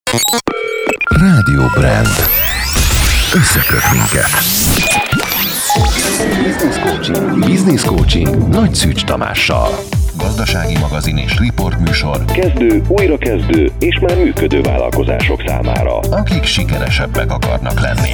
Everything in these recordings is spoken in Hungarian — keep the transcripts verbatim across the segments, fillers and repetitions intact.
Rádió Brand. Összeköt minket. Business Coaching. Business Coaching Nagy Szűcs Tamással. Gazdasági magazin és riport műsor. Kezdő, újrakezdő és már működő vállalkozások számára. Akik sikeresebbek akarnak lenni.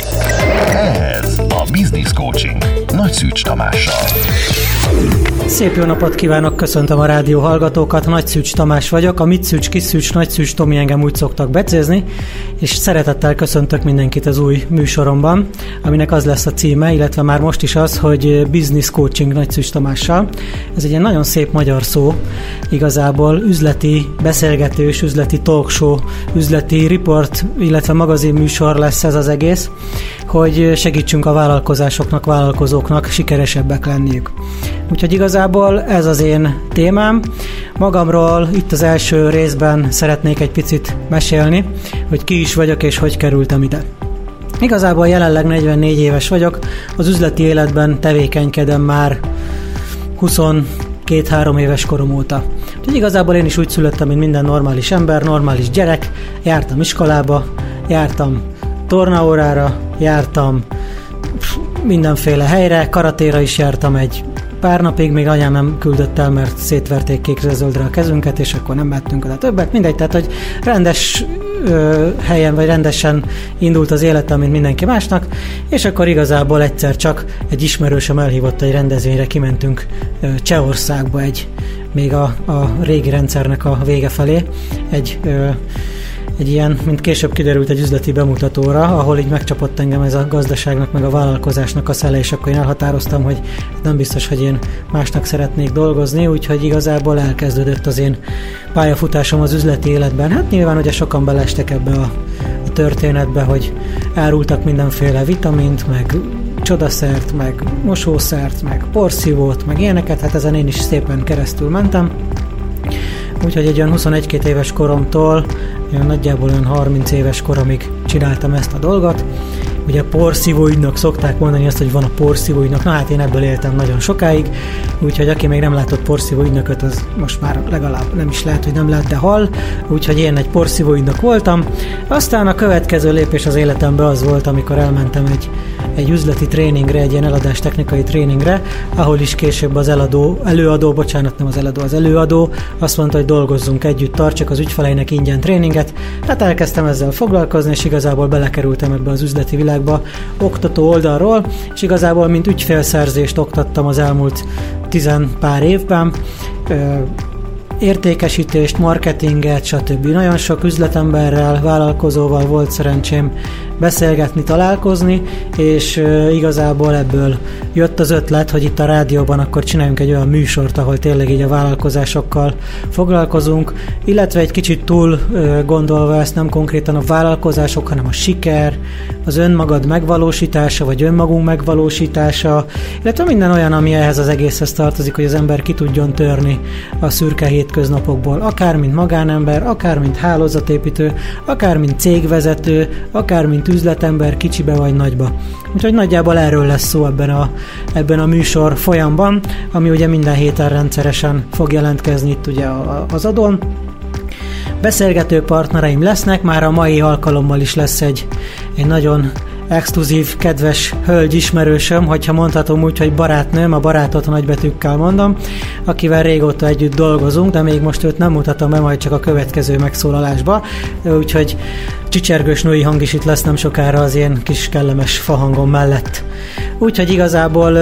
Ez a Business Coaching Nagy Szűcs Tamással. Szép jó napot kívánok, köszöntöm a rádió hallgatókat, Nagy Szűcs Tamás vagyok, a Mit Szűcs, Kis Szűcs, Nagy Szűcs Tomi engem úgy szoktak becézni, és szeretettel köszöntök mindenkit az új műsoromban, aminek az lesz a címe, illetve már most is az, hogy Business Coaching Nagy Szűcs Tamással. Ez egy ilyen nagyon szép magyar szó, igazából üzleti beszélgetős, üzleti talkshow, üzleti riport, illetve magazinműsor lesz ez az egész, hogy segítsünk a vállalkozásoknak, vállalkozóknak sikeresebbek lenniük. Úgyhogy igazából ez az én témám. Magamról itt az első részben szeretnék egy picit mesélni, hogy ki is vagyok és hogy kerültem ide. Igazából jelenleg negyvennégy éves vagyok, az üzleti életben tevékenykedem már huszonkettő-három éves korom óta. Úgyhogy igazából én is úgy születtem, mint minden normális ember, normális gyerek, jártam iskolába, jártam tornaórára, jártam mindenféle helyre, karatéra is jártam egy pár napig, még anyám nem küldött el, mert szétverték kékre-zöldre a kezünket, és akkor nem mettünk oda többet. Mindegy, tehát, hogy rendes ö, helyen, vagy rendesen indult az életem, mint mindenki másnak, és akkor igazából egyszer csak egy ismerősöm elhívott egy rendezvényre, kimentünk ö, Csehországba egy, még a, a régi rendszernek a vége felé, egy ö, egy ilyen, mint később kiderült, egy üzleti bemutatóra, ahol így megcsapott engem ez a gazdaságnak, meg a vállalkozásnak a szele, és akkor én elhatároztam, hogy nem biztos, hogy én másnak szeretnék dolgozni, úgyhogy igazából elkezdődött az én pályafutásom az üzleti életben. Hát nyilván ugye sokan beleestek ebbe a, a történetbe, hogy árultak mindenféle vitamint, meg csodaszert, meg mosószert, meg porszívót, meg ilyeneket, hát ezen én is szépen keresztül mentem. Úgyhogy egy olyan huszonegy-két éves koromtól, olyan nagyjából olyan harminc éves koromig csináltam ezt a dolgot. Ugye a porszívóügynök szokták mondani azt, hogy van a porszívóügynök, na hát én ebből éltem nagyon sokáig, úgyhogy aki még nem látott porszívóügynököt, az most már legalább nem is lehet, hogy nem lát, de hall, úgyhogy én egy porszívóügynök voltam. Aztán a következő lépés az életemben az volt, amikor elmentem egy, egy üzleti tréningre, egy ilyen eladás technikai tréningre, ahol is később az eladó, előadó, bocsánat, nem az eladó, az előadó azt mondta, hogy dolgozzunk együtt, tartsak az ügyfeleinek ingyen tréninget. Hát elkezdtem ezzel foglalkozni, és igazából belekerültem ebbe az üzleti világba oktató oldalról, és igazából mint ügyfélszerzést oktattam az elmúlt tizen pár évben, értékesítést, marketinget, stb. Nagyon sok üzletemberrel, vállalkozóval volt szerencsém beszélgetni, találkozni, és igazából ebből jött az ötlet, hogy itt a rádióban akkor csináljunk egy olyan műsort, ahol tényleg így a vállalkozásokkal foglalkozunk, illetve egy kicsit túl gondolva ezt nem konkrétan a vállalkozások, hanem a siker, az önmagad megvalósítása, vagy önmagunk megvalósítása, illetve minden olyan, ami ehhez az egészhez tartozik, hogy az ember ki tudjon törni a szürke hétköznapokból, akár mint magánember, akár mint hálózatépítő, akár mint cégvezető, akár mint üzletember, kicsibe vagy nagyba. Úgyhogy nagyjából erről lesz szó ebben a, ebben a műsor folyamban, ami ugye minden héten rendszeresen fog jelentkezni itt ugye az adón. Beszélgető partnereim lesznek, már a mai alkalommal is lesz egy, egy nagyon exkluzív, kedves hölgy ismerősöm, hogyha mondhatom úgy, hogy barátnőm, a barátot nagybetűkkel mondom, akivel régóta együtt dolgozunk, de még most őt nem mutatom be, majd csak a következő megszólalásba, úgyhogy csicsergős női hang is itt lesz nem sokára az én kis kellemes fahangom mellett. Úgyhogy igazából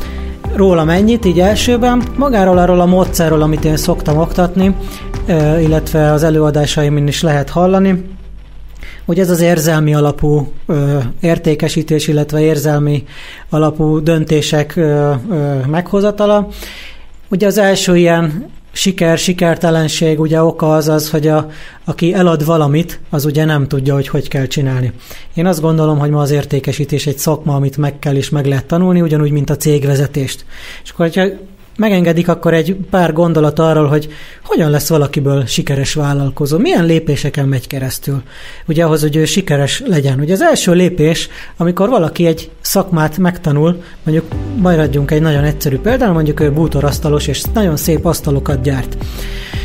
rólam ennyit, így elsőben, magáról arról a módszerről, amit én szoktam oktatni, illetve az előadásaimin is lehet hallani, hogy ez az érzelmi alapú ö, értékesítés, illetve érzelmi alapú döntések ö, ö, meghozatala. Ugye az első ilyen siker, sikertelenség ugye oka az az, hogy a, aki elad valamit, az ugye nem tudja, hogy hogy kell csinálni. Én azt gondolom, hogy ma az értékesítés egy szakma, amit meg kell és meg lehet tanulni, ugyanúgy, mint a cégvezetést. És akkor, hogyha megengedik, akkor egy pár gondolat arról, hogy hogyan lesz valakiből sikeres vállalkozó, milyen lépéseken megy keresztül, ugye ahhoz, hogy ő sikeres legyen. Ugye az első lépés, amikor valaki egy szakmát megtanul, mondjuk maradjunk egy nagyon egyszerű példán, mondjuk ő bútorasztalos, és nagyon szép asztalokat gyárt.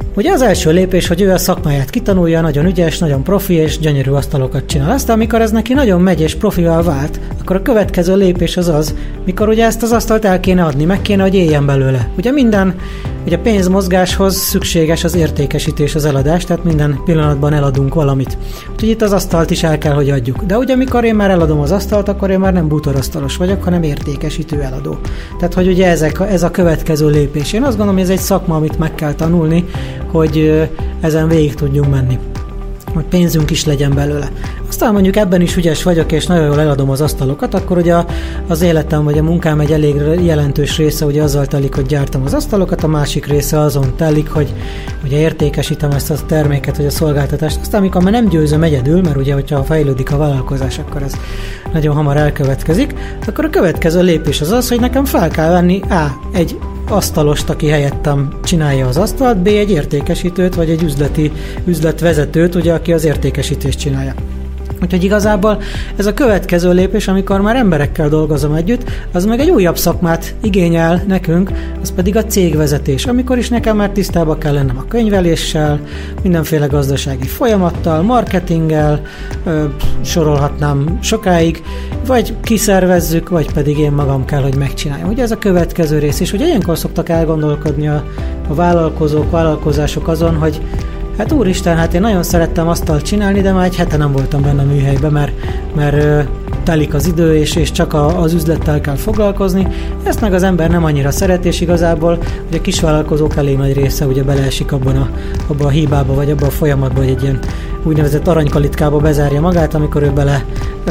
Ugye az első lépés, hogy ő a szakmáját kitanulja, nagyon ügyes, nagyon profi és gyönyörű asztalokat csinál. Aztán, amikor ez neki nagyon megy és profival vált, akkor a következő lépés az az, mikor ugye ezt az asztalt el kéne adni, meg kéne, hogy éljen belőle. Ugye minden, ugye pénzmozgáshoz szükséges az értékesítés, az eladás, tehát minden pillanatban eladunk valamit. Úgyhogy itt az asztalt is el kell, hogy adjuk. De ugye amikor én már eladom az asztalt, akkor én már nem bútorasztalos vagyok, hanem értékesítő eladó. Tehát, hogy ugye ezek, ez a következő lépés. Én azt gondolom, hogy ez egy szakma, amit meg kell tanulni, hogy ezen végig tudjunk menni, hogy pénzünk is legyen belőle. Aztán mondjuk ebben is ügyes vagyok, és nagyon jól eladom az asztalokat, akkor ugye az életem vagy a munkám egy elég jelentős része ugye azzal telik, hogy gyártam az asztalokat, a másik része azon telik, hogy ugye értékesítem ezt a terméket, vagy a szolgáltatást. Aztán amikor már nem győzöm egyedül, mert ugye, hogyha fejlődik a vállalkozás, akkor ez nagyon hamar elkövetkezik, akkor a következő lépés az az, hogy nekem fel kell venni A. egy asztalost, aki helyettem csinálja az asztalt, B. egy értékesítőt, vagy egy üzleti üzletvezetőt, ugye, aki az értékesítést csinálja. Úgyhogy igazából ez a következő lépés, amikor már emberekkel dolgozom együtt, az meg egy újabb szakmát igényel nekünk, az pedig a cégvezetés, amikor is nekem már tisztába kell lennem a könyveléssel, mindenféle gazdasági folyamattal, marketinggel, ö, sorolhatnám sokáig, vagy kiszervezzük, vagy pedig én magam kell, hogy megcsináljam. Ugye ez a következő rész, és ugye ilyenkor szoktak elgondolkodni a, a vállalkozók, vállalkozások azon, hogy hát úristen, hát én nagyon szerettem asztalt csinálni, de már egy hete nem voltam benne a műhelyben, mert, mert telik az idő, és, és csak a, az üzlettel kell foglalkozni. Ezt meg az ember nem annyira szeret, és igazából ugye a kisvállalkozók elég nagy része ugye beleesik abban a, abban a hibába, vagy abban a folyamatban, hogy egy ilyen úgynevezett aranykalitkába bezárja magát, amikor ő bele ö,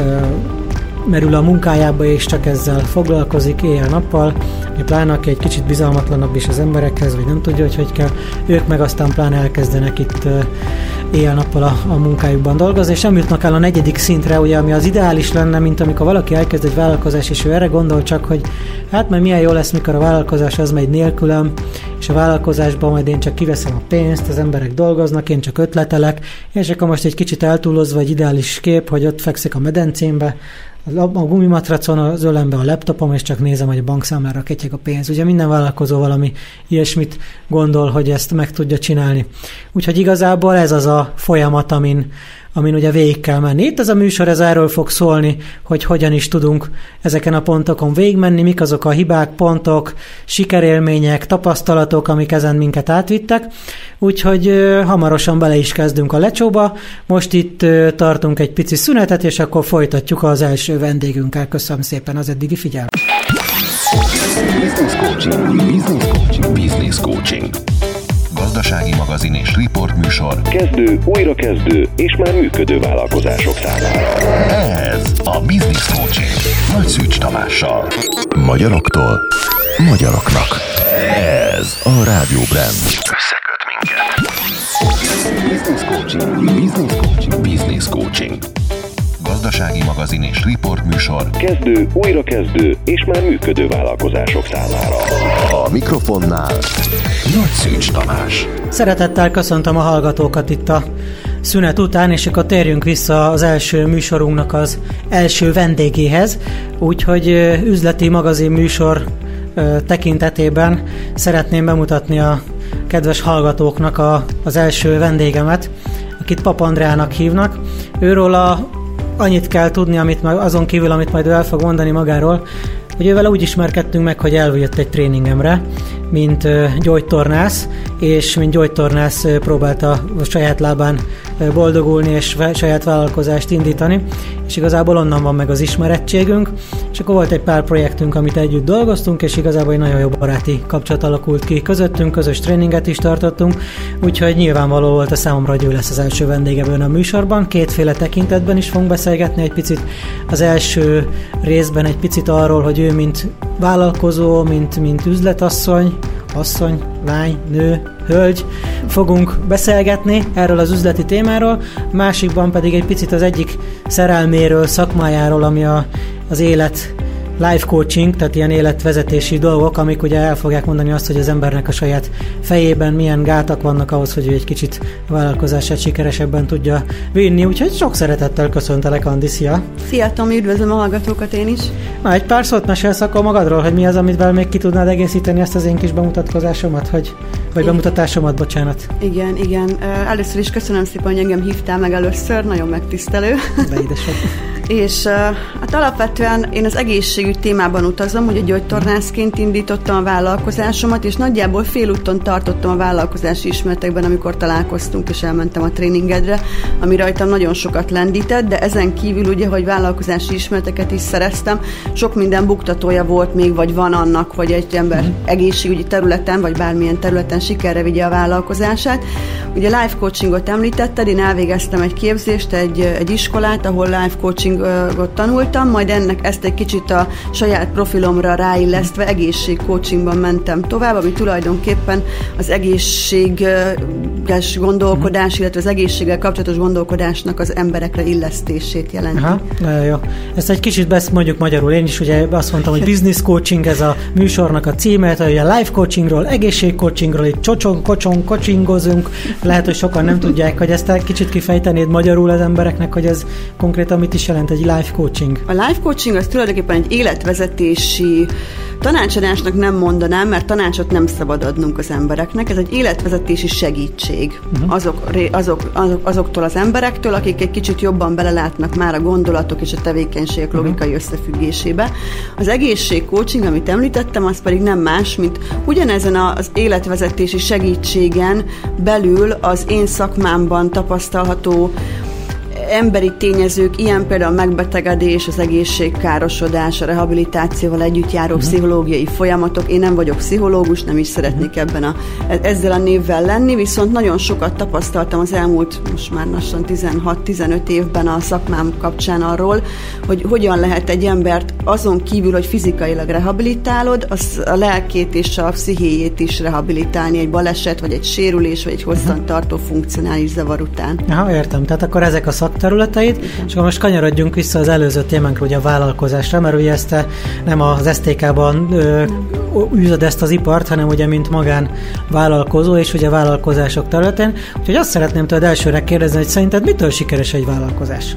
merül a munkájába, és csak ezzel foglalkozik éjjel-nappal. Pláne, aki egy kicsit bizalmatlanabb is az emberekhez, vagy nem tudja, hogy hogy kell, ők meg aztán pláne elkezdenek itt uh, éjjel-nappal a, a munkájukban dolgozni, és nem jutnak el a negyedik szintre, ugye, ami az ideális lenne, mint amikor valaki elkezd egy vállalkozás, és ő erre gondol csak, hogy hát majd milyen jó lesz, mikor a vállalkozás az megy nélkülem, és a vállalkozásban majd én csak kiveszem a pénzt, az emberek dolgoznak, én csak ötletelek, és akkor most egy kicsit eltúlozva egy ideális kép, hogy ott fekszik a medencémbe, a gumimatracon, az ölembe a laptopom, és csak nézem, hogy a bankszámlára ketyeg a pénz. Ugye minden vállalkozó valami ilyesmit gondol, hogy ezt meg tudja csinálni. Úgyhogy igazából ez az a folyamat, amin, amin ugye végig kell menni. Itt ez a műsor, ez erről fog szólni, hogy hogyan is tudunk ezeken a pontokon végigmenni, mik azok a hibák, pontok, sikerélmények, tapasztalatok, amik ezen minket átvittek. Úgyhogy uh, hamarosan bele is kezdünk a lecsóba. Most itt uh, tartunk egy pici szünetet, és akkor folytatjuk az első vendégünkkel. Köszönöm szépen az eddigi figyelmet. Business Coaching. Business Coaching. Business Coaching. Gazdasági magazin és riportműsor. Kezdő, újrakezdő és már működő vállalkozások számára. Ez a Business Coaching. Nagy Szűcs Tamással. Magyaroktól magyaroknak. Ez a Rádió Brand. Összeköt minket. Business Coaching. Business Coaching. Business Coaching. Gazdasági magazin és riportműsor. Kezdő, újrakezdő és már működő vállalkozások számára. A mikrofonnál Nagy Szűcs Tamás. Szeretettel köszöntöm a hallgatókat itt a szünet után, és akkor térjünk vissza az első műsorunknak az első vendégéhez. Úgyhogy üzleti magazin műsor tekintetében szeretném bemutatni a kedves hallgatóknak a, az első vendégemet, akit Pap Andreának hívnak. Őről a annyit kell tudni, amit azon kívül, amit majd ő el fog mondani magáról, hogy ővel úgy ismerkedtünk meg, hogy eljött egy tréningemre, mint gyógytornász, és mint gyógytornász próbálta a saját lábán boldogulni és saját vállalkozást indítani, és igazából onnan van meg az ismerettségünk, és akkor volt egy pár projektünk, amit együtt dolgoztunk, és igazából egy nagyon jó baráti kapcsolat alakult ki közöttünk, közös tréninget is tartottunk, úgyhogy nyilvánvaló volt a számomra, hogy ő lesz az első vendége a műsorban. Kétféle tekintetben is fogunk beszélgetni, egy picit az első részben egy picit arról, hogy ő mint vállalkozó, mint, mint üzletasszony, asszony, lány, nő, hölgy, fogunk beszélgetni erről az üzleti témáról, másikban pedig egy picit az egyik szerelméről, szakmájáról, ami a, az élet life coaching, tehát ilyen életvezetési dolgok, amik ugye el fogják mondani azt, hogy az embernek a saját fejében milyen gátak vannak ahhoz, hogy ő egy kicsit a vállalkozását sikeresebben tudja vinni. Úgyhogy sok szeretettel köszöntelek, Andi, szia! Szia, Tomi, üdvözlöm a hallgatókat én is! Na, egy pár szót mesélsz akkor magadról, hogy mi az, amivel még ki tudnád egészíteni ezt az én kis bemutatkozásomat, hogy, vagy igen. bemutatásomat, bocsánat. Igen, igen. Először is köszönöm szépen, hogy engem hívtál meg először, nagyon megtisztelő. De édesed. És hát alapvetően én az egészségügy témában utazom, ugye gyógytornászként indítottam a vállalkozásomat, és nagyjából félúton tartottam a vállalkozási ismeretekben, amikor találkoztunk, és elmentem a tréningedre, ami rajtam nagyon sokat lendített, de ezen kívül ugye, hogy vállalkozási ismereteket is szereztem, sok minden buktatója volt még, vagy van annak, hogy egy ember egészségügyi területen, vagy bármilyen területen sikerre vigye a vállalkozását. Ugye life coachingot említetted, én elvégeztem egy képzést, egy, egy iskolát, ahol life coaching tanultam, majd ennek ezt egy kicsit a saját profilomra ráillesztve egészségcoachingban mentem tovább, ami tulajdonképpen az egészséges gondolkodás, illetve az egészséggel kapcsolatos gondolkodásnak az emberekre illesztését jelenti. Aha, nagyon jó. Ezt egy kicsit besz mondjuk magyarul. Én is ugye azt mondtam, hogy business coaching, ez a műsornak a címe, hogy a life coachingról, egészségcoachingról, itt csocson, kocson, coachingozunk. Lehet, hogy sokan nem tudják, hogy ezt egy kicsit kifejtenéd magyarul az embereknek, hogy ez konkrétan mit is jelent egy life coaching? A life coaching az tulajdonképpen egy életvezetési tanácsadásnak nem mondanám, mert tanácsot nem szabad adnunk az embereknek. Ez egy életvezetési segítség uh-huh. azok, azok, azok, azoktól az emberektől, akik egy kicsit jobban belelátnak már a gondolatok és a tevékenységek uh-huh. logikai összefüggésébe. Az egészségcoaching, amit említettem, az pedig nem más, mint ugyanezen az életvezetési segítségen belül az én szakmámban tapasztalható emberi tényezők, ilyen például a megbetegedés, az egészségkárosodás, a rehabilitációval együtt járó uh-huh. pszichológiai folyamatok. Én nem vagyok pszichológus, nem is szeretnék ebben a, ezzel a névvel lenni, viszont nagyon sokat tapasztaltam az elmúlt, most már lassan tizenhat-tizenöt évben a szakmám kapcsán arról, hogy hogyan lehet egy embert azon kívül, hogy fizikailag rehabilitálod, az a lelkét és a pszichéjét is rehabilitálni egy baleset, vagy egy sérülés, vagy egy hosszantartó funkcionális zavar után. Aha, értem. Tehát akkor ezek a szak területeit, és akkor most kanyarodjunk vissza az előző témánkra, ugye a vállalkozásra, mert ugye ezt nem az es té ká-ban űzöd ezt az ipart, hanem ugye mint magánvállalkozó, és ugye vállalkozások területén. Úgyhogy azt szeretném tőled elsőre kérdezni, hogy szerinted mitől sikeres egy vállalkozás?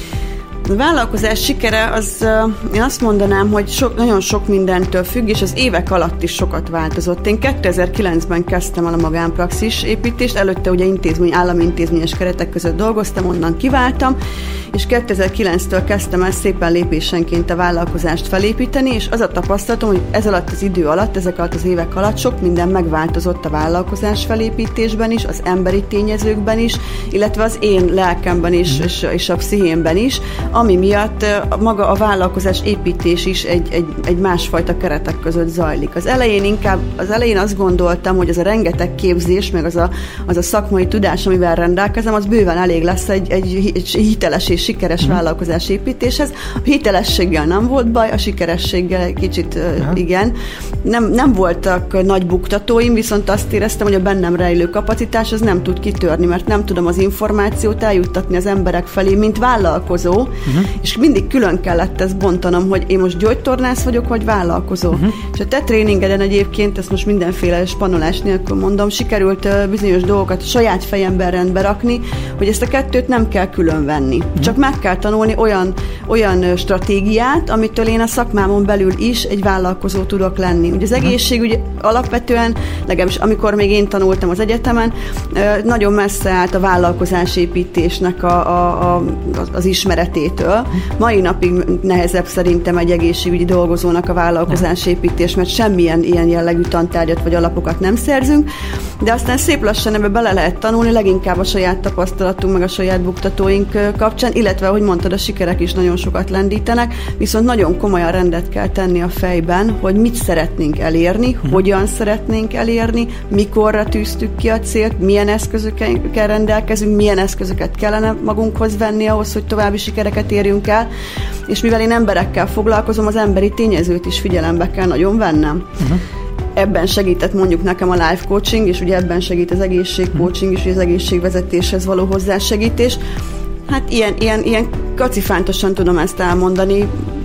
A vállalkozás sikere, az én azt mondanám, hogy sok, nagyon sok mindentől függ, és az évek alatt is sokat változott. Én kétezer-kilencben kezdtem el a magánpraxis építést, előtte ugye intézmény, állami intézményes keretek között dolgoztam, onnan kiváltam, és kétezer-kilenctől kezdtem el szépen lépésenként a vállalkozást felépíteni, és az a tapasztalatom, hogy ez alatt az idő alatt, ezek alatt az évek alatt sok minden megváltozott a vállalkozás felépítésben is, az emberi tényezőkben is, illetve az én lelkemben is, és, és a pszichémben is, ami miatt maga a vállalkozás építés is egy, egy, egy másfajta keretek között zajlik. Az elején inkább, az elején azt gondoltam, hogy az a rengeteg képzés, meg az a, az a szakmai tudás, amivel rendelkezem, az bőven elég lesz egy, egy, egy hiteles és sikeres mm. vállalkozás építéshez. A hitelességgel nem volt baj, a sikerességgel egy kicsit ja. igen. Nem, nem voltak nagy buktatóim, viszont azt éreztem, hogy a bennem rejlő kapacitás az nem tud kitörni, mert nem tudom az információt eljuttatni az emberek felé, mint vállalkozó, uh-huh. és mindig külön kellett ezt bontanom, hogy én most gyógytornász vagyok, vagy vállalkozó. Uh-huh. És a te tréningeden egyébként, ezt most mindenféle spanolás nélkül mondom, sikerült bizonyos dolgokat saját fejemben rendbe rakni, hogy ezt a kettőt nem kell külön venni. Uh-huh. Csak meg kell tanulni olyan, olyan stratégiát, amitől én a szakmámon belül is egy vállalkozó tudok lenni. Ugye az egészségügy alapvetően, legalábbis amikor még én tanultam az egyetemen, nagyon messze állt a vállalkozásépítésnek a, a, a, az ismeretétől. Mai napig nehezebb szerintem egy egészségügyi dolgozónak a vállalkozásépítés, mert semmilyen ilyen jellegű tantárgyat vagy alapokat nem szerzünk, de aztán szép lassan ebbe bele lehet tanulni, leginkább a saját tapasztalatunk, meg a saját buktatóink kapcsán, illetve, ahogy mondtad, a sikerek is nagyon sokat lendítenek, viszont nagyon komolyan rendet kell tenni a fejben, hogy mit szeretnénk elérni, hm. hogyan szeretnénk elérni, mikorra tűztük ki a célt, milyen eszközökkel rendelkezünk, milyen eszközöket kellene magunkhoz venni ahhoz, hogy további sikereket érjünk el, és mivel én emberekkel foglalkozom, az emberi tényezőt is figyelembe kell nagyon vennem. Uh-huh. Ebben segített mondjuk nekem a life coaching, és ugye ebben segít az egészségcoaching is, és az egészségvezetéshez való hozzásegítés. Hát ilyen, ilyen, ilyen kacifántosan tudom ezt elmondani.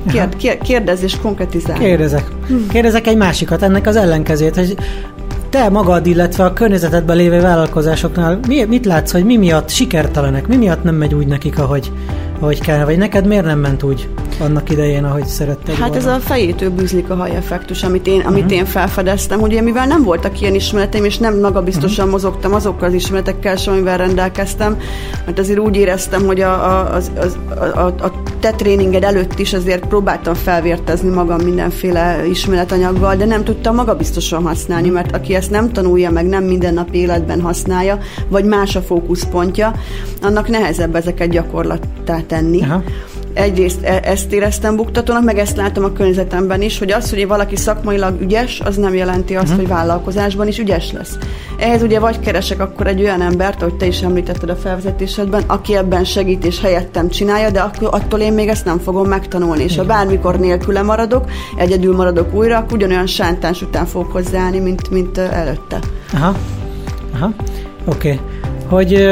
Kérd, kérd, kérdezz és konkretizálj. Kérdezek. Kérdezek egy másikat, ennek az ellenkezét, hogy te magad, illetve a környezetedben lévő vállalkozásoknál mi, mit látsz, hogy mi miatt sikertelenek, mi miatt nem megy úgy nekik, ahogy, ahogy kellene, vagy neked miért nem ment úgy annak idején, ahogy szeretted Hát volna? Ez a fejétől bűzlik a hajeffektus, amit én, amit uh-huh. én felfedeztem, hogy mivel nem voltak ilyen ismereteim, és nem magabiztosan uh-huh. mozogtam azokkal az ismeretekkel sem, amivel rendelkeztem, mert azért úgy éreztem, hogy a, a, az, az, a, a te tréninged előtt is azért próbáltam felvértezni magam mindenféle ismeretanyaggal, de nem tudtam magabiztosan használni, mert aki ezt nem tanulja meg, nem minden nap életben használja, vagy más a fókuszpontja, annak nehezebb ezeket gyakorlattá tenni. Aha. Egyrészt ezt éreztem buktatónak, meg ezt látom a környezetemben is, hogy az, hogy valaki szakmailag ügyes, az nem jelenti azt, hmm. hogy vállalkozásban is ügyes lesz. Ehhez ugye vagy keresek akkor egy olyan embert, ahogy te is említetted a felvezetésedben, aki ebben segít és helyettem csinálja, de akkor attól én még ezt nem fogom megtanulni. És ha bármikor nélküle maradok, egyedül maradok újra, akkor ugyanolyan sántás után fogok hozzáállni, mint, mint előtte. Aha, aha, oké. Okay. Hogy...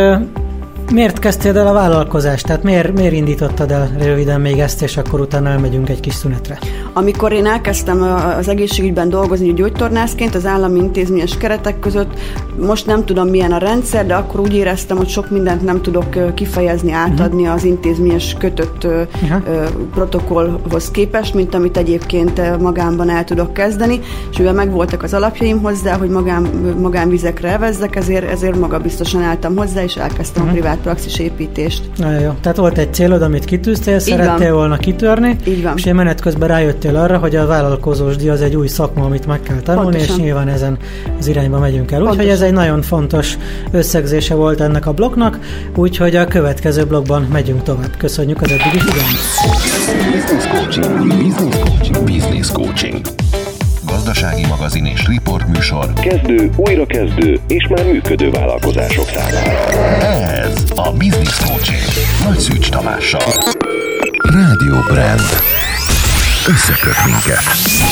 Miért kezdtél el a vállalkozást? Tehát miért, miért indítottad el röviden még ezt, és akkor utána elmegyünk egy kis szünetre? Amikor én elkezdtem az egészségügyben dolgozni gyógytornászként, az állami intézményes keretek között, most nem tudom milyen a rendszer, de akkor úgy éreztem, hogy sok mindent nem tudok kifejezni, átadni uh-huh. az intézményes kötött uh-huh. protokollhoz képest, mint amit egyébként magánban el tudok kezdeni, és mivel megvoltak az alapjaim hozzá, hogy magán, magánvizekre elvezzek, ezért, ezért magabiztosan álltam hozzá, és elkezdtem uh-huh. a privát praxis építést. Nagyon jó. Tehát volt egy célod, amit kitűztél, így szerettél van. volna kitörni, és én menet közben rájöttél arra, hogy a vállalkozós díj az egy új szakma, amit meg kell tanulni, pontosan. És nyilván ezen az irányba megyünk el. Úgyhogy ez egy nagyon fontos összegzése volt ennek a blokknak, úgyhogy a következő blokkban megyünk tovább. Köszönjük az eddigi figyelmet! Business Coaching. Business Coaching. Business Coaching. Gazdasági magazin és riportműsor. Kezdő, újrakezdő és már működő vállalkozások számára. Ez a Business Coaching. Nagy Szűcs Tamással. Rádió Brand. Összeköt minket.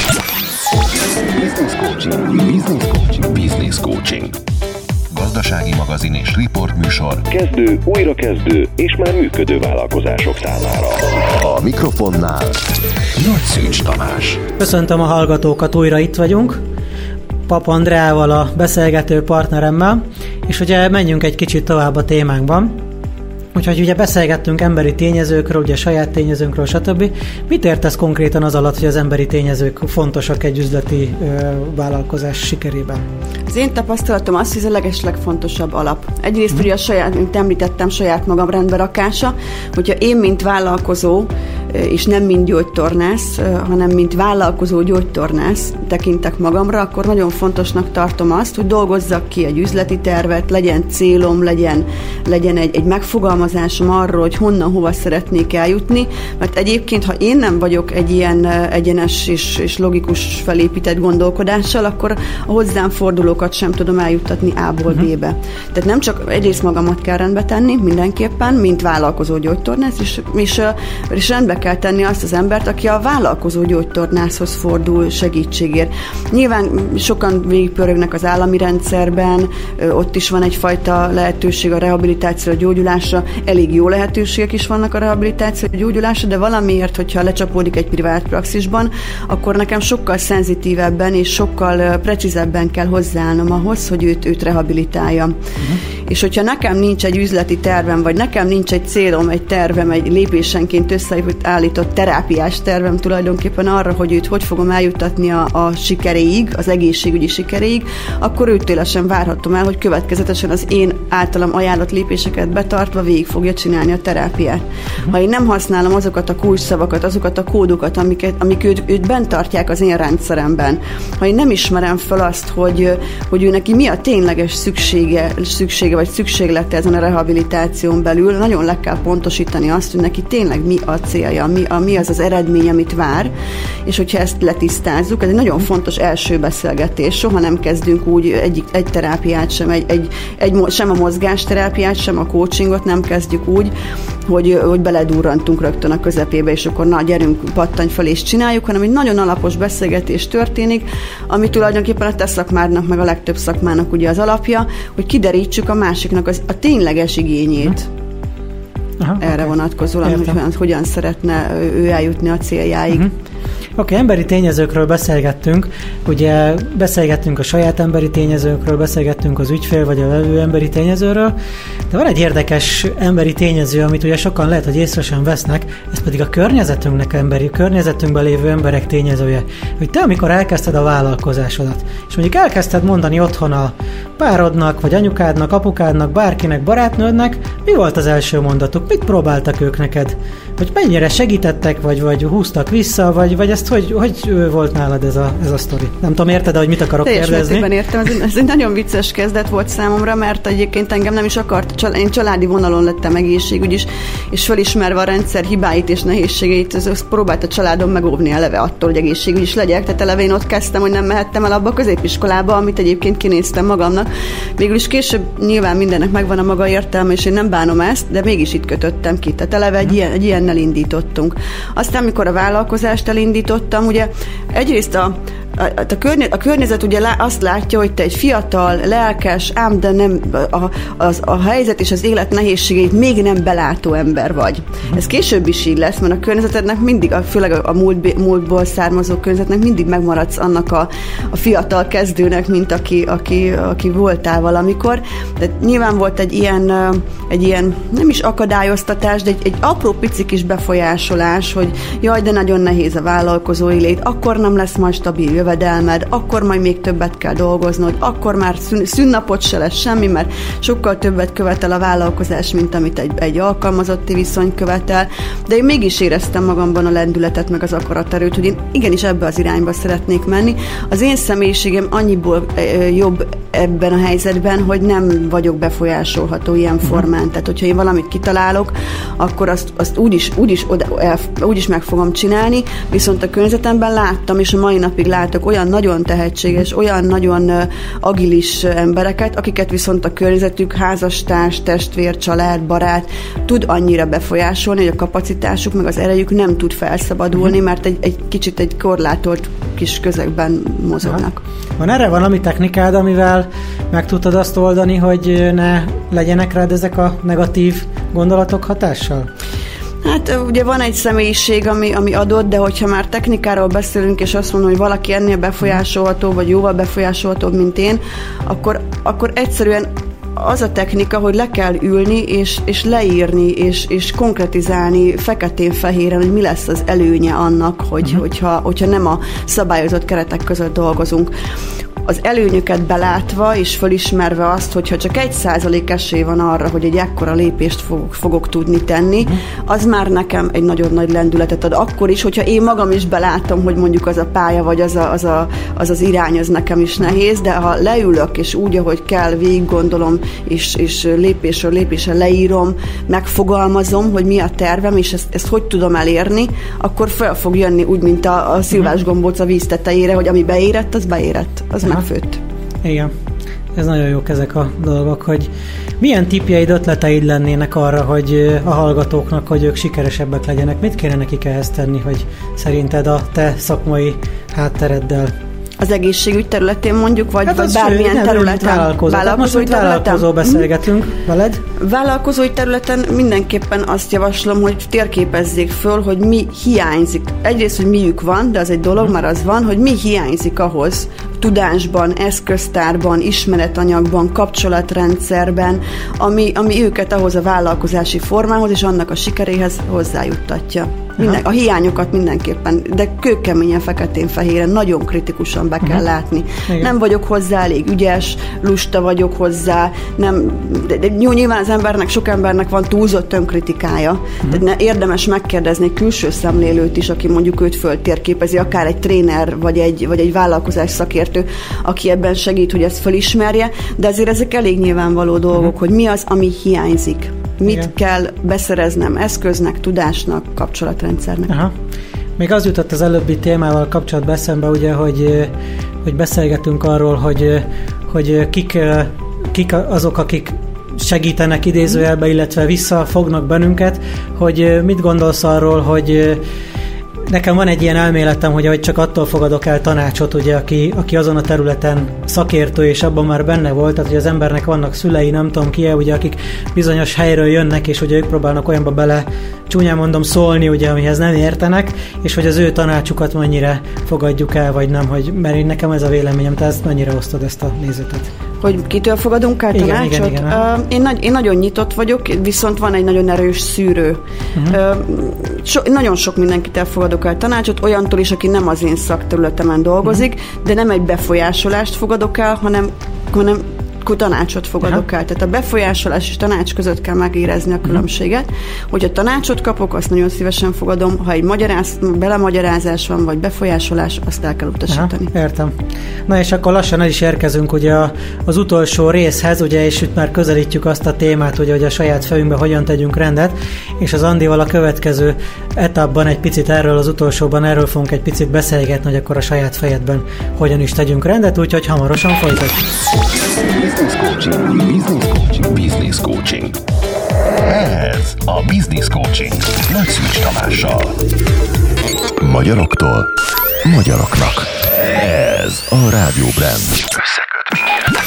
Business Coaching. Business Coaching. Business Coaching. Gazdasági magazin és riportműsor. Kezdő, újrakezdő és már működő vállalkozások számára. A mikrofonnál Nagy Szűcs Tamás. Köszöntöm a hallgatókat, újra itt vagyunk. Pap Andreával, a beszélgető partneremmel, és ugye menjünk egy kicsit tovább a témánkban. Úgyhogy ugye beszélgettünk emberi tényezőkről, ugye saját tényezőnkről, stb. Mit értesz konkrétan az alatt, hogy az emberi tényezők fontosak egy üzleti ö, vállalkozás sikerében? Az én tapasztalatom az, hogy ez a legeslegfontosabb alap. Egyrészt hmm. ugye a saját, mint említettem, saját magam rendberakása, hogyha én, mint vállalkozó, és nem mint gyógytornász, hanem mint vállalkozó gyógytornász tekintek magamra, akkor nagyon fontosnak tartom azt, hogy dolgozzak ki egy üzleti tervet, legyen célom, legyen, legyen egy, egy megfogalmazásom arról, hogy honnan, hova szeretnék eljutni, mert egyébként, ha én nem vagyok egy ilyen egyenes és, és logikus felépített gondolkodással, akkor a hozzám fordulókat sem tudom eljuttatni A-ból uh-huh. B-be. Tehát nem csak egyrészt magamat kell rendbe tenni mindenképpen, mint vállalkozó gyógytornász, és, és, és rendbe kell tenni azt az embert, aki a vállalkozó gyógytornászhoz fordul segítségért. Nyilván sokan végigpörögnek az állami rendszerben, ott is van egyfajta lehetőség a rehabilitációra, a gyógyulásra, elég jó lehetőségek is vannak a rehabilitációra, a gyógyulásra, de valamiért, hogyha lecsapódik egy privát praxisban, akkor nekem sokkal szenzitívebben és sokkal precízebben kell hozzáállnom ahhoz, hogy őt, őt rehabilitáljam. Uh-huh. És hogyha nekem nincs egy üzleti tervem, vagy nekem nincs egy célom, egy tervem, egy lépésenként összeállított terápiás tervem tulajdonképpen arra, hogy őt hogy fogom eljuttatni a, a sikeréig, az egészségügyi sikeréig, akkor őtől sem várhatom el, hogy következetesen az én általam ajánlott lépéseket betartva végig fogja csinálni a terápiát. Uh-huh. Ha én nem használom azokat a kulcsszavakat, azokat a kódokat, amiket, amik őt, őt bent tartják az én rendszeremben, ha én nem ismerem fel azt, hogy, hogy ő neki mi a tényleges szüksége, szüksége vagy szükséglete ezen a rehabilitáción belül, nagyon le kell pontosítani azt, hogy neki tényleg mi a célja, mi, a, mi az az eredmény, amit vár, és hogyha ezt letisztázzuk, ez egy nagyon fontos első beszélgetés, soha nem kezdünk úgy egy, egy terápiát sem, egy, egy, egy, sem a mozgásterápiát, sem a coachingot nem kezdjük úgy, hogy, hogy beledurrantunk rögtön a közepébe, és akkor na, gyerünk, pattanj fel és csináljuk, hanem egy nagyon alapos beszélgetés történik, ami tulajdonképpen a te szakmádnak, meg a legtöbb szakmának ugye az alapja, hogy kiderítsük a másiknak az, a tényleges igényét. Aha, erre okay. vonatkozóan, hogy hogyan, hogyan szeretne ő eljutni a céljáig. Uh-huh. Oké, okay, emberi tényezőkről beszélgettünk, ugye beszélgettünk a saját emberi tényezőkről, beszélgettünk az ügyfél vagy a vevő emberi tényezőről, de van egy érdekes emberi tényező, amit ugye sokan lehet, hogy észre sem vesznek, ez pedig a környezetünknek emberi, a környezetünkben lévő emberek tényezője. Hogy te, amikor elkezdted a vállalkozásodat, és mondjuk elkezdted mondani otthon a párodnak, vagy anyukádnak, apukádnak, bárkinek, barátnődnek, mi volt az első mondatuk? Mit próbáltak ők neked? Vagy mennyire segítettek, vagy, vagy húztak vissza, vagy, vagy ezt hogy, hogy volt nálad ez a, ez a sztori? Nem tudom, érted, hogy mit akarok Teljes kérdezni? Teljes értem, ez, ez egy nagyon vicces kezdet volt számomra, mert egyébként engem nem is akart, én családi vonalon lettem egészségügy is, és fölismerve a rendszer hibáit és nehézségeit, ez, ez próbált a családom megóvni eleve attól, hogy egészségügy is legyek, tehát eleve én ott kezdtem, hogy nem mehettem el abba a középiskolába, amit egyébként kinéztem magamnak. Végül is később nyilván mindennek megvan a maga értelme, és én nem bánom ezt, de mégis itt kötöttem ki. Tehát eleve egy, ilyen, egy ilyennel indítottunk. Aztán, amikor a vállalkozást elindítottam, ugye egyrészt a A, a, környe, a környezet ugye lá, azt látja, hogy te egy fiatal, lelkes, ám de nem a, az, a helyzet és az élet nehézségeit még nem belátó ember vagy. Ez később is így lesz, mert a környezetednek mindig, főleg a, a múlt, múltból származó környezetnek mindig megmaradsz annak a, a fiatal kezdőnek, mint aki, aki, aki voltál valamikor. De nyilván volt egy ilyen, egy ilyen nem is akadályoztatás, de egy, egy apró pici kis befolyásolás, hogy jaj, de nagyon nehéz a vállalkozói lét, akkor nem lesz majd stabil jövedelmed, akkor majd még többet kell dolgoznod, akkor már szün- szünnapot se lesz semmi, mert sokkal többet követel a vállalkozás, mint amit egy, egy alkalmazotti viszony követel, de én mégis éreztem magamban a lendületet, meg az akaraterőt, hogy én igenis ebbe az irányba szeretnék menni. Az én személyiségem annyiból jobb ebben a helyzetben, hogy nem vagyok befolyásolható ilyen formán. Tehát, hogyha én valamit kitalálok, akkor azt, azt úgyis, úgyis, oda, úgyis meg fogom csinálni, viszont a környezetemben láttam, és a mai napig látok olyan nagyon tehetséges, olyan nagyon agilis embereket, akiket viszont a környezetük, házastárs, testvér, család, barát tud annyira befolyásolni, hogy a kapacitásuk, meg az erejük nem tud felszabadulni, mert egy, egy kicsit egy korlátolt kis közegben mozognak. Van erre valami technikád, amivel meg tudtad azt oldani, hogy ne legyenek rád ezek a negatív gondolatok hatással? Hát ugye van egy személyiség, ami, ami adott, de hogyha már technikáról beszélünk, és azt mondom, hogy valaki ennél befolyásolható, vagy jóval befolyásolhatóbb, mint én, akkor, akkor egyszerűen az a technika, hogy le kell ülni, és, és leírni, és, és konkretizálni feketén-fehéren, hogy mi lesz az előnye annak, hogy, uh-huh. hogyha, hogyha nem a szabályozott keretek között dolgozunk. Az előnyöket belátva és felismerve azt, hogyha csak egy százalék esély van arra, hogy egy ekkora lépést fogok, fogok tudni tenni, uh-huh. az már nekem egy nagyon nagy lendületet ad. Akkor is, hogyha én magam is belátom, hogy mondjuk az a pálya, vagy az a, az, a, az, az irány, az nekem is nehéz, de ha leülök, és úgy, ahogy kell, végig gondolom, és, és lépésről lépésre leírom, megfogalmazom, hogy mi a tervem, és ezt, ezt hogy tudom elérni, akkor fel fog jönni úgy, mint a, a szilvás gombóc a víz tetejére, hogy ami beérett, az beérett, az uh-huh. megfőtt. Igen. Ez nagyon jók ezek a dolgok, hogy milyen tippjeid, ötleteid lennének arra, hogy a hallgatóknak, hogy ők sikeresebbek legyenek. Mit kéne nekik ehhez tenni, hogy szerinted a te szakmai háttereddel? Az egészségügy területén mondjuk, vagy, hát vagy bármilyen nem, területen? Vállalkozó. Vállalkozói most vállalkozó beszélgetünk mm. veled. Vállalkozói területen mindenképpen azt javaslom, hogy térképezzék föl, hogy mi hiányzik. Egyrészt, hogy miük van, de az egy dolog, mm. már az van, hogy mi hiányzik ahhoz, tudásban, eszköztárban, ismeretanyagban, kapcsolatrendszerben, ami, ami őket ahhoz a vállalkozási formához és annak a sikeréhez hozzájuttatja. Minden, a hiányokat mindenképpen, de kőkeményen, feketén-fehéren, nagyon kritikusan be kell uh-huh. látni. Igen. Nem vagyok hozzá elég ügyes, lusta vagyok hozzá, nem, de, de jó, nyilván az embernek, sok embernek van túlzott önkritikája, uh-huh. de érdemes megkérdezni egy külső szemlélőt is, aki mondjuk őt föltérképezi, akár egy tréner, vagy egy, vagy egy vállalkozás szakértő, aki ebben segít, hogy ezt felismerje, de azért ezek elég nyilvánvaló dolgok, uh-huh. hogy mi az, ami hiányzik. Mit Igen. kell beszereznem eszköznek, tudásnak, kapcsolatrendszernek. Aha. Még az jutott az előbbi témával kapcsolatban eszembe, ugye, hogy, hogy beszélgetünk arról, hogy, hogy kik, kik azok, akik segítenek idézőjelbe, illetve visszafognak bennünket, hogy mit gondolsz arról, hogy Nekem van egy ilyen elméletem, hogy, hogy csak attól fogadok el tanácsot, ugye, aki, aki azon a területen szakértő, és abban már benne volt, tehát hogy az embernek vannak szülei, nem tudom ki, ugye, akik bizonyos helyről jönnek, és ugye ők próbálnak olyanba bele, csúnyán mondom, szólni, ugye, amihez nem értenek, és hogy az ő tanácsukat mennyire fogadjuk el, vagy nem, hogy, mert én nekem ez a véleményem, te ezt mennyire osztod, ezt a nézetet? Hogy kitől fogadunk el tanácsot? Igen, igen, igen. Uh, én, nagy, én nagyon nyitott vagyok, viszont van egy nagyon erős szűrő. Uh-huh. Uh, so, nagyon sok mindenkitől fogadok el tanácsot, olyantól is, aki nem az én szakterületemen dolgozik, uh-huh. de nem egy befolyásolást fogadok el, hanem, hanem tanácsot fogadok el. Tehát a befolyásolás és tanács között kell megérezni a különbséget. Uh-huh. Hogyha tanácsot kapok, azt nagyon szívesen fogadom, ha egy magyaráz, belemagyarázás van, vagy befolyásolás, azt el kell utasítani. Aha, értem. Na és akkor lassan el is érkezünk ugye az utolsó részhez, ugye, és itt már közelítjük azt a témát, ugye, hogy a saját fejünkbe hogyan tegyünk rendet, és az Andival a következő etapban egy picit erről, az utolsóban erről fogunk egy picit beszélgetni, hogy akkor a saját fejedben hogyan is tegyünk rendet, úgyhogy hamarosan folytatjuk. Business Coaching. Business Coaching. Business Coaching. Ez a Business Coaching Nagy Szűcs Tamással. Magyaroktól magyaroknak. Ez a Rádió Brand. Összeköt minket.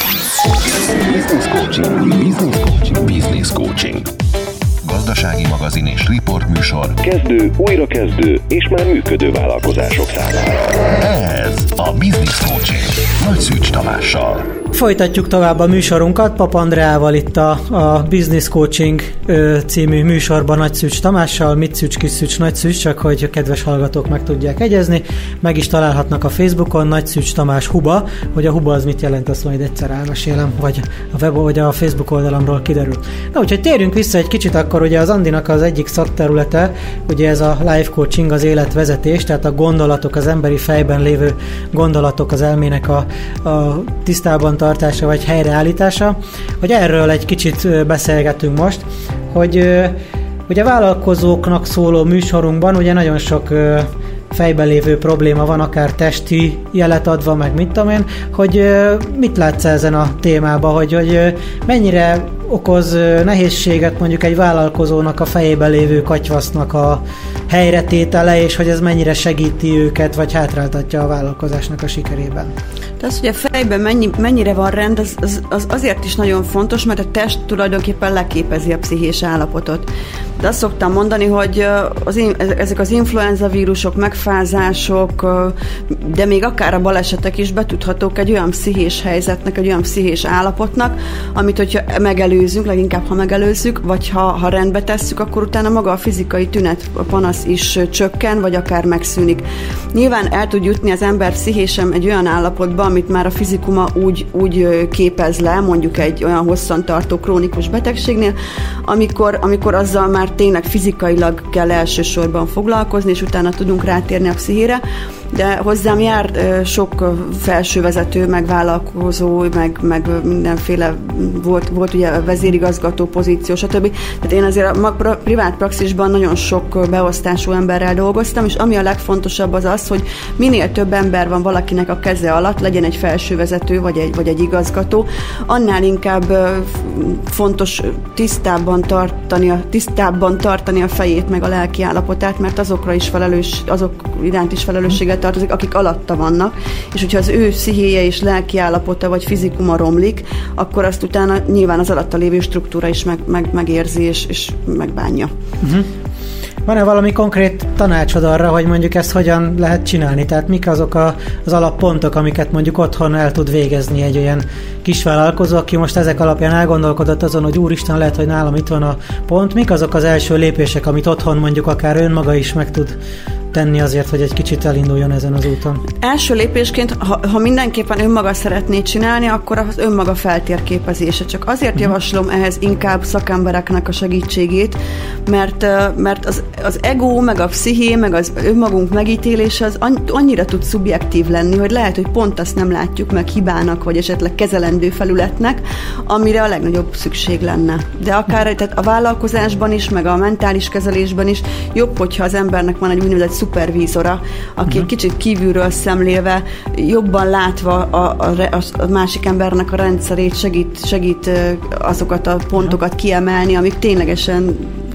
Business Coaching. Business Coaching. Business Coaching. Gazdasági magazin és riportműsor. Kezdő, újrakezdő és már működő vállalkozások számára. Ez a Business Coaching Nagy Szűcs Tamással. Folytatjuk tovább a műsorunkat Pap Andreával itt a, a Business Coaching ö, című műsorban Nagy Szűcs Tamással, Mit Szűcs, Kis Szűcs, Nagy Szűcs, csak hogy a kedves hallgatók meg tudják egyezni. Meg is találhatnak a Facebookon Nagy Szűcs Tamás Huba, hogy a Huba az mit jelent, azt majd egyszer elmesélem, vagy a web, vagy a Facebook oldalamról kiderül. Na, úgyhogy térjünk vissza egy kicsit, akkor ugye az Andinak az egyik szakterülete, ugye ez a life coaching, az életvezetés, tehát a gondolatok, az emberi fejben lévő gondolatok, az elmének a, a tisztában tartása vagy helyreállítása, hogy erről egy kicsit beszélgetünk most, hogy ugye vállalkozóknak szóló műsorunkban ugye nagyon sok fejben lévő probléma van, akár testi jelet adva, meg mit tudom én, hogy mit látsz ezen a témában, hogy, hogy mennyire okoz nehézséget mondjuk egy vállalkozónak a fejében lévő katyvasznak a helyretétele, és hogy ez mennyire segíti őket, vagy hátráltatja a vállalkozásnak a sikerében. De az, hogy a fejben mennyi, mennyire van rend, az, az, az azért is nagyon fontos, mert a test tulajdonképpen leképezi a pszichés állapotot. De azt szoktam mondani, hogy az, ezek az influenza vírusok, megfázások, de még akár a balesetek is betudhatók egy olyan pszichés helyzetnek, egy olyan pszichés állapotnak, amit hogyha megelőzünk, leginkább ha megelőzzük, vagy ha, ha rendbe tesszük, akkor utána maga a fizikai tünet, a panasz is csökken, vagy akár megszűnik. Nyilván el tud jutni az ember pszichésen egy olyan állapotba, amit már a fizikuma úgy, úgy képez le, mondjuk egy olyan hosszantartó krónikus betegségnél, amikor, amikor azzal már tényleg fizikailag kell elsősorban foglalkozni, és utána tudunk rátérni a pszichére, de hozzám jár sok felsővezető, meg vállalkozó, meg, meg mindenféle volt, volt ugye vezérigazgató pozíció, stb. Tehát én azért a privát praxisban nagyon sok beosztású emberrel dolgoztam, és ami a legfontosabb az az, hogy minél több ember van valakinek a keze alatt, legyen egy felsővezető, vagy egy, vagy egy igazgató, annál inkább fontos tisztábban tartani, a, tisztábban tartani a fejét, meg a lelki állapotát, mert azokra is felelős, azok iránt is felelősséget tartozik, akik alatta vannak, és hogyha az ő pszichéje és lelki állapota vagy fizikuma romlik, akkor azt utána nyilván az alatta lévő struktúra is meg, meg, megérzi és, és megbánja. Uh-huh. Van-e valami konkrét tanácsod arra, hogy mondjuk ezt hogyan lehet csinálni? Tehát mik azok a, az alappontok, amiket mondjuk otthon el tud végezni egy olyan kisvállalkozó, aki most ezek alapján elgondolkodott azon, hogy úristen, lehet, hogy nálam itt van a pont. Mik azok az első lépések, amit otthon mondjuk akár önmaga is meg tud tenni azért, hogy egy kicsit elinduljon ezen az úton? Első lépésként, ha, ha mindenképpen önmaga szeretné csinálni, akkor az önmaga feltérképezése. Csak azért uh-huh. javaslom ehhez inkább szakembereknek a segítségét, mert, mert az, az ego, meg a psziché, meg az önmagunk megítélése az annyira tud szubjektív lenni, hogy lehet, hogy pont azt nem látjuk meg hibának, vagy esetleg kezelendő felületnek, amire a legnagyobb szükség lenne. De akár tehát a vállalkozásban is, meg a mentális kezelésben is jobb, hogyha az embernek van egy úgynevezett szupervízora, aki uh-huh. egy kicsit kívülről szemlélve, jobban látva a, a, a másik embernek a rendszerét segít, segít azokat a pontokat uh-huh. kiemelni, amik ténylegesen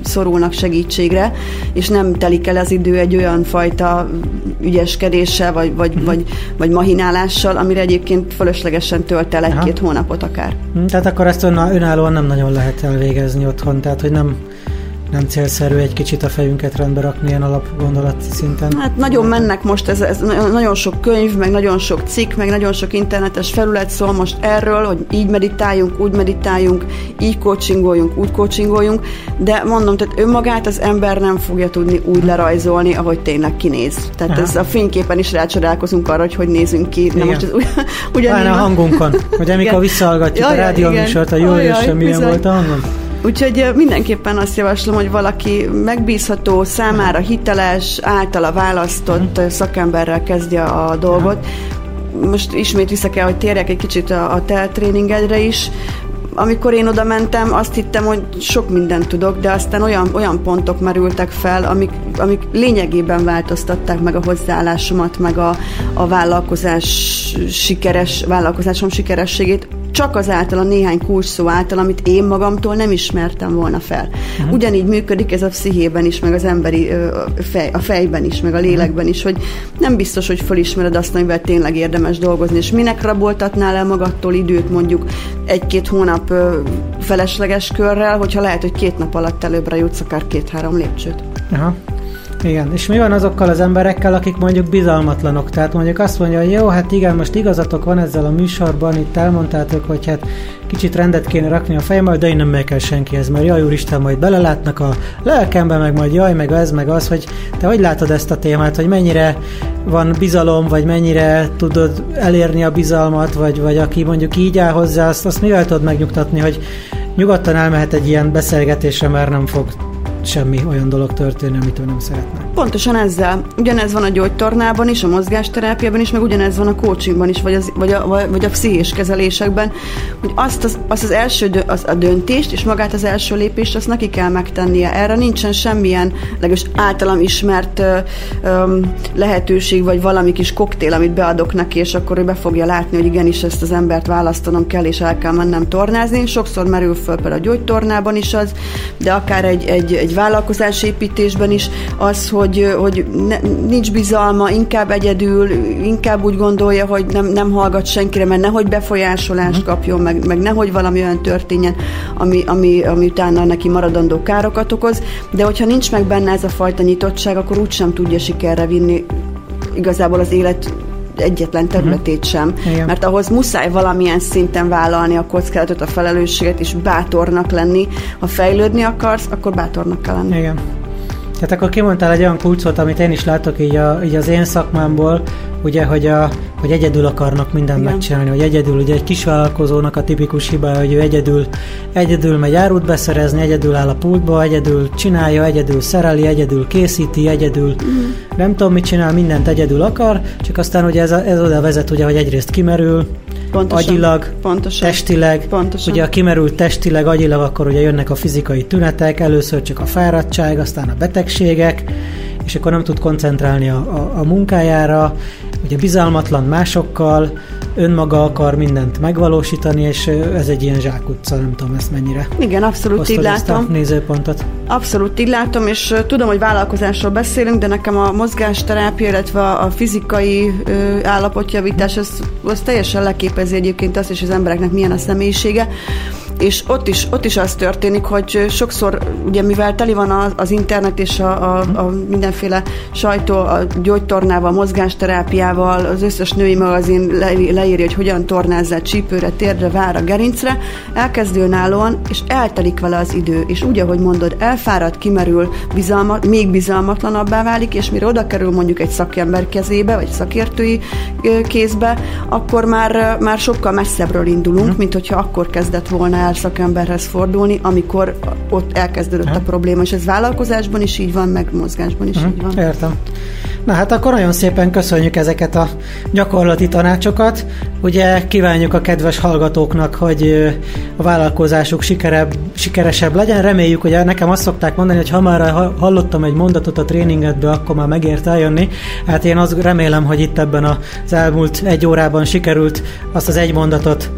szorulnak segítségre, és nem telik el az idő egy olyan fajta ügyeskedéssel, vagy, vagy, uh-huh. vagy, vagy mahinálással, amire egyébként fölöslegesen tölt el egy-két hónapot akár. Tehát akkor ezt önállóan nem nagyon lehet elvégezni otthon, tehát hogy nem nem célszerű egy kicsit a fejünket rendbe rakni ilyen alapgondolat szinten? Hát nagyon mennek most, ez, ez nagyon sok könyv, meg nagyon sok cikk, meg nagyon sok internetes felület szól most erről, hogy így meditáljunk, úgy meditáljunk, így coachingoljunk, úgy coachingoljunk, de mondom, tehát önmagát az ember nem fogja tudni úgy lerajzolni, ahogy tényleg kinéz. Tehát Aha. ez a fényképen is rácsodálkozunk arra, hogy hogy nézünk ki. Na most ez ugyanígy a hangunkon, hogy amikor visszahallgatjuk a rádióműsort, a jól jöjjön, milyen volt a hangon. Úgyhogy mindenképpen azt javaslom, hogy valaki megbízható, számára hiteles, általa választott szakemberrel kezdje a dolgot. Most ismét vissza kell, hogy térjek egy kicsit a, a te tréningedre is. Amikor én oda mentem, azt hittem, hogy sok mindent tudok, de aztán olyan, olyan pontok merültek fel, amik, amik lényegében változtatták meg a hozzáállásomat, meg a, a vállalkozás sikeres, vállalkozásom sikerességét, csak azáltal a néhány kulcsszó által, amit én magamtól nem ismertem volna fel. Uh-huh. Ugyanígy működik ez a pszichében is, meg az emberi fej, a fejben is, meg a lélekben is, hogy nem biztos, hogy fölismered azt, amivel tényleg érdemes dolgozni, és minek raboltatnál el magadtól időt mondjuk egy-két hónap felesleges körrel, hogyha lehet, hogy két nap alatt előbbre jutsz akár két-három lépcsőt. Aha. Igen, és mi van azokkal az emberekkel, akik mondjuk bizalmatlanok? Tehát mondjuk azt mondja, hogy jó, hát igen, most igazatok van ezzel a műsorban, itt elmondtátok, hogy hát kicsit rendet kéne rakni a fejemmel, de én nem megyek el senkihez, mert jaj, úristen, majd belelátnak a lelkembe, meg majd jaj, meg ez, meg az, hogy te hogy látod ezt a témát, hogy mennyire van bizalom, vagy mennyire tudod elérni a bizalmat, vagy, vagy aki mondjuk így áll hozzá, azt, azt mivel tudod megnyugtatni, hogy nyugodtan elmehet egy ilyen beszélgetésre, mert nem fog semmi olyan dolog történni, amit ő nem szeretne. Pontosan ezzel. Ugyanez van a gyógytornában is, a mozgásterápiában is, meg ugyanez van a coachingban is, vagy, az, vagy, a, vagy a pszichés kezelésekben, hogy azt az, azt az első dö, az a döntést, és magát az első lépést, azt neki kell megtennie. Erre nincsen semmilyen legalábbis általam ismert ö, ö, lehetőség, vagy valami kis koktél, amit beadok neki, és akkor ő be fogja látni, hogy igenis ezt az embert választanom kell, és el kell mennem tornázni. Sokszor merül föl például a gyógytornában is az, de akár egy, egy, egy vállalkozásépítésben is az, hogy, hogy ne, nincs bizalma, inkább egyedül, inkább úgy gondolja, hogy nem, nem hallgat senkire, mert nehogy befolyásolást kapjon, meg, meg nehogy valami olyan történjen, ami, ami, ami utána neki maradandó károkat okoz, de hogyha nincs meg benne ez a fajta nyitottság, akkor úgysem tudja sikerre vinni igazából az élet egyetlen területét sem. Igen. Mert ahhoz muszáj valamilyen szinten vállalni a kockázatot, a felelősséget, és bátornak lenni. Ha fejlődni akarsz, akkor bátornak kell lenni. Igen. Tehát akkor kimondtál egy olyan kulcsot, amit én is látok így, a, így az én szakmámból, ugye, hogy, a, hogy egyedül akarnak mindent Igen. megcsinálni, hogy egyedül, ugye egy kisvállalkozónak a tipikus hibája, hogy ő egyedül, egyedül megy árut beszerezni, egyedül áll a pultba, egyedül csinálja, egyedül szereli, egyedül készíti, egyedül mm. nem tudom mit csinál, mindent egyedül akar, csak aztán ugye ez, a, ez oda vezet, ugye, hogy egyrészt kimerül, Pontosan, agyilag, pontosan, testileg, pontosan. Ugye a kimerült testileg, agyilag, akkor ugye jönnek a fizikai tünetek, először csak a fáradtság, aztán a betegségek, és akkor nem tud koncentrálni a, a, a munkájára, ugye bizalmatlan másokkal, önmaga akar mindent megvalósítani, és ez egy ilyen zsákutca, nem tudom ezt mennyire. Igen, abszolút így látom. Nézőpontot. Abszolút így látom, és tudom, hogy vállalkozásról beszélünk, de nekem a mozgásterápia, illetve a fizikai ö, állapotjavítás, az, az teljesen leképezi egyébként azt, és az embereknek milyen a személyisége. És ott is, ott is az történik, hogy sokszor, ugye mivel teli van az, az internet és a, a, a mindenféle sajtó, a gyógytornával, mozgásterápiával, az összes női magazin le, leírja, hogy hogyan tornázzál csípőre, térdre, vára, gerincre, elkezd önállóan, és eltelik vele az idő, és úgy, ahogy mondod, elfárad, kimerül, bizalma, még bizalmatlanabbá válik, és mire oda kerül mondjuk egy szakember kezébe, vagy szakértői kézbe, akkor már, már sokkal messzebbről indulunk, mint hogyha akkor kezdett volna el szakemberhez fordulni, amikor ott elkezdődött ha. a probléma, és ez vállalkozásban is így van, meg mozgásban is uh-huh. így van. Értem. Na hát akkor nagyon szépen köszönjük ezeket a gyakorlati tanácsokat. Ugye kívánjuk a kedves hallgatóknak, hogy a vállalkozásuk sikerebb, sikeresebb legyen. Reméljük, hogy nekem azt szokták mondani, hogy ha már hallottam egy mondatot a tréningedből, akkor már megért eljönni. Hát én azt remélem, hogy itt ebben az elmúlt egy órában sikerült azt az egy mondatot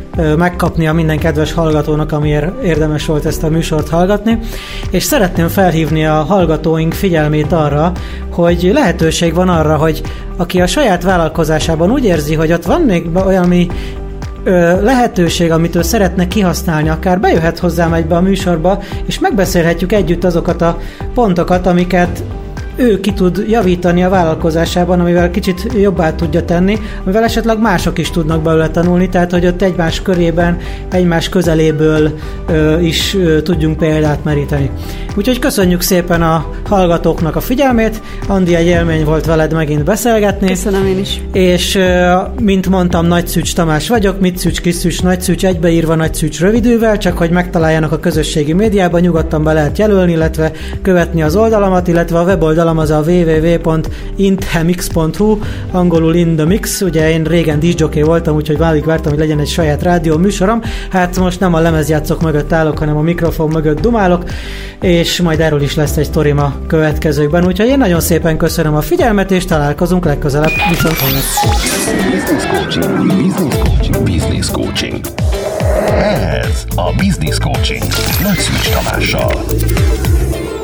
megkapni a minden kedves hallgatónak, amiért érdemes volt ezt a műsort hallgatni, és szeretném felhívni a hallgatóink figyelmét arra, hogy lehetőség van arra, hogy aki a saját vállalkozásában úgy érzi, hogy ott van még olyan lehetőség, amit ő szeretne kihasználni, akár bejöhet hozzám egybe a műsorba, és megbeszélhetjük együtt azokat a pontokat, amiket ő ki tud javítani a vállalkozásában, amivel kicsit jobbá tudja tenni, amivel esetleg mások is tudnak belőle tanulni, tehát hogy ott egymás körében, egymás közeléből ö, is ö, tudjunk példát meríteni. Úgyhogy köszönjük szépen a hallgatóknak a figyelmét. Andi, egy élmény volt veled megint beszélgetni. Köszönöm én is. És ö, mint mondtam, Nagy Szűcs Tamás vagyok, Mit Szűcs, Kis Szűcs, Nagy Szűcs egybeírva, Nagy Szűcs rövidülvel, csak hogy megtaláljanak a közösségi médiában, nyugodtan be lehet jelölni, illetve követni az oldalamat, illetve a weboldalam az a double-u double-u double-u pont inthemix pont hu, angolul in the mix, ugye én régen diszjockey voltam, úgyhogy alig vártam, hogy legyen egy saját rádió műsorom, hát most nem a lemezjátszók mögött állok, hanem a mikrofon mögött dumálok, és majd erről is lesz egy sztorim a következőkben, úgyhogy én nagyon szépen köszönöm a figyelmet, és találkozunk legközelebb. Viszont hallás. Business Coaching. Business Coaching. Business Coaching. Ez a Business Coaching Nagy Szűcs Tamással.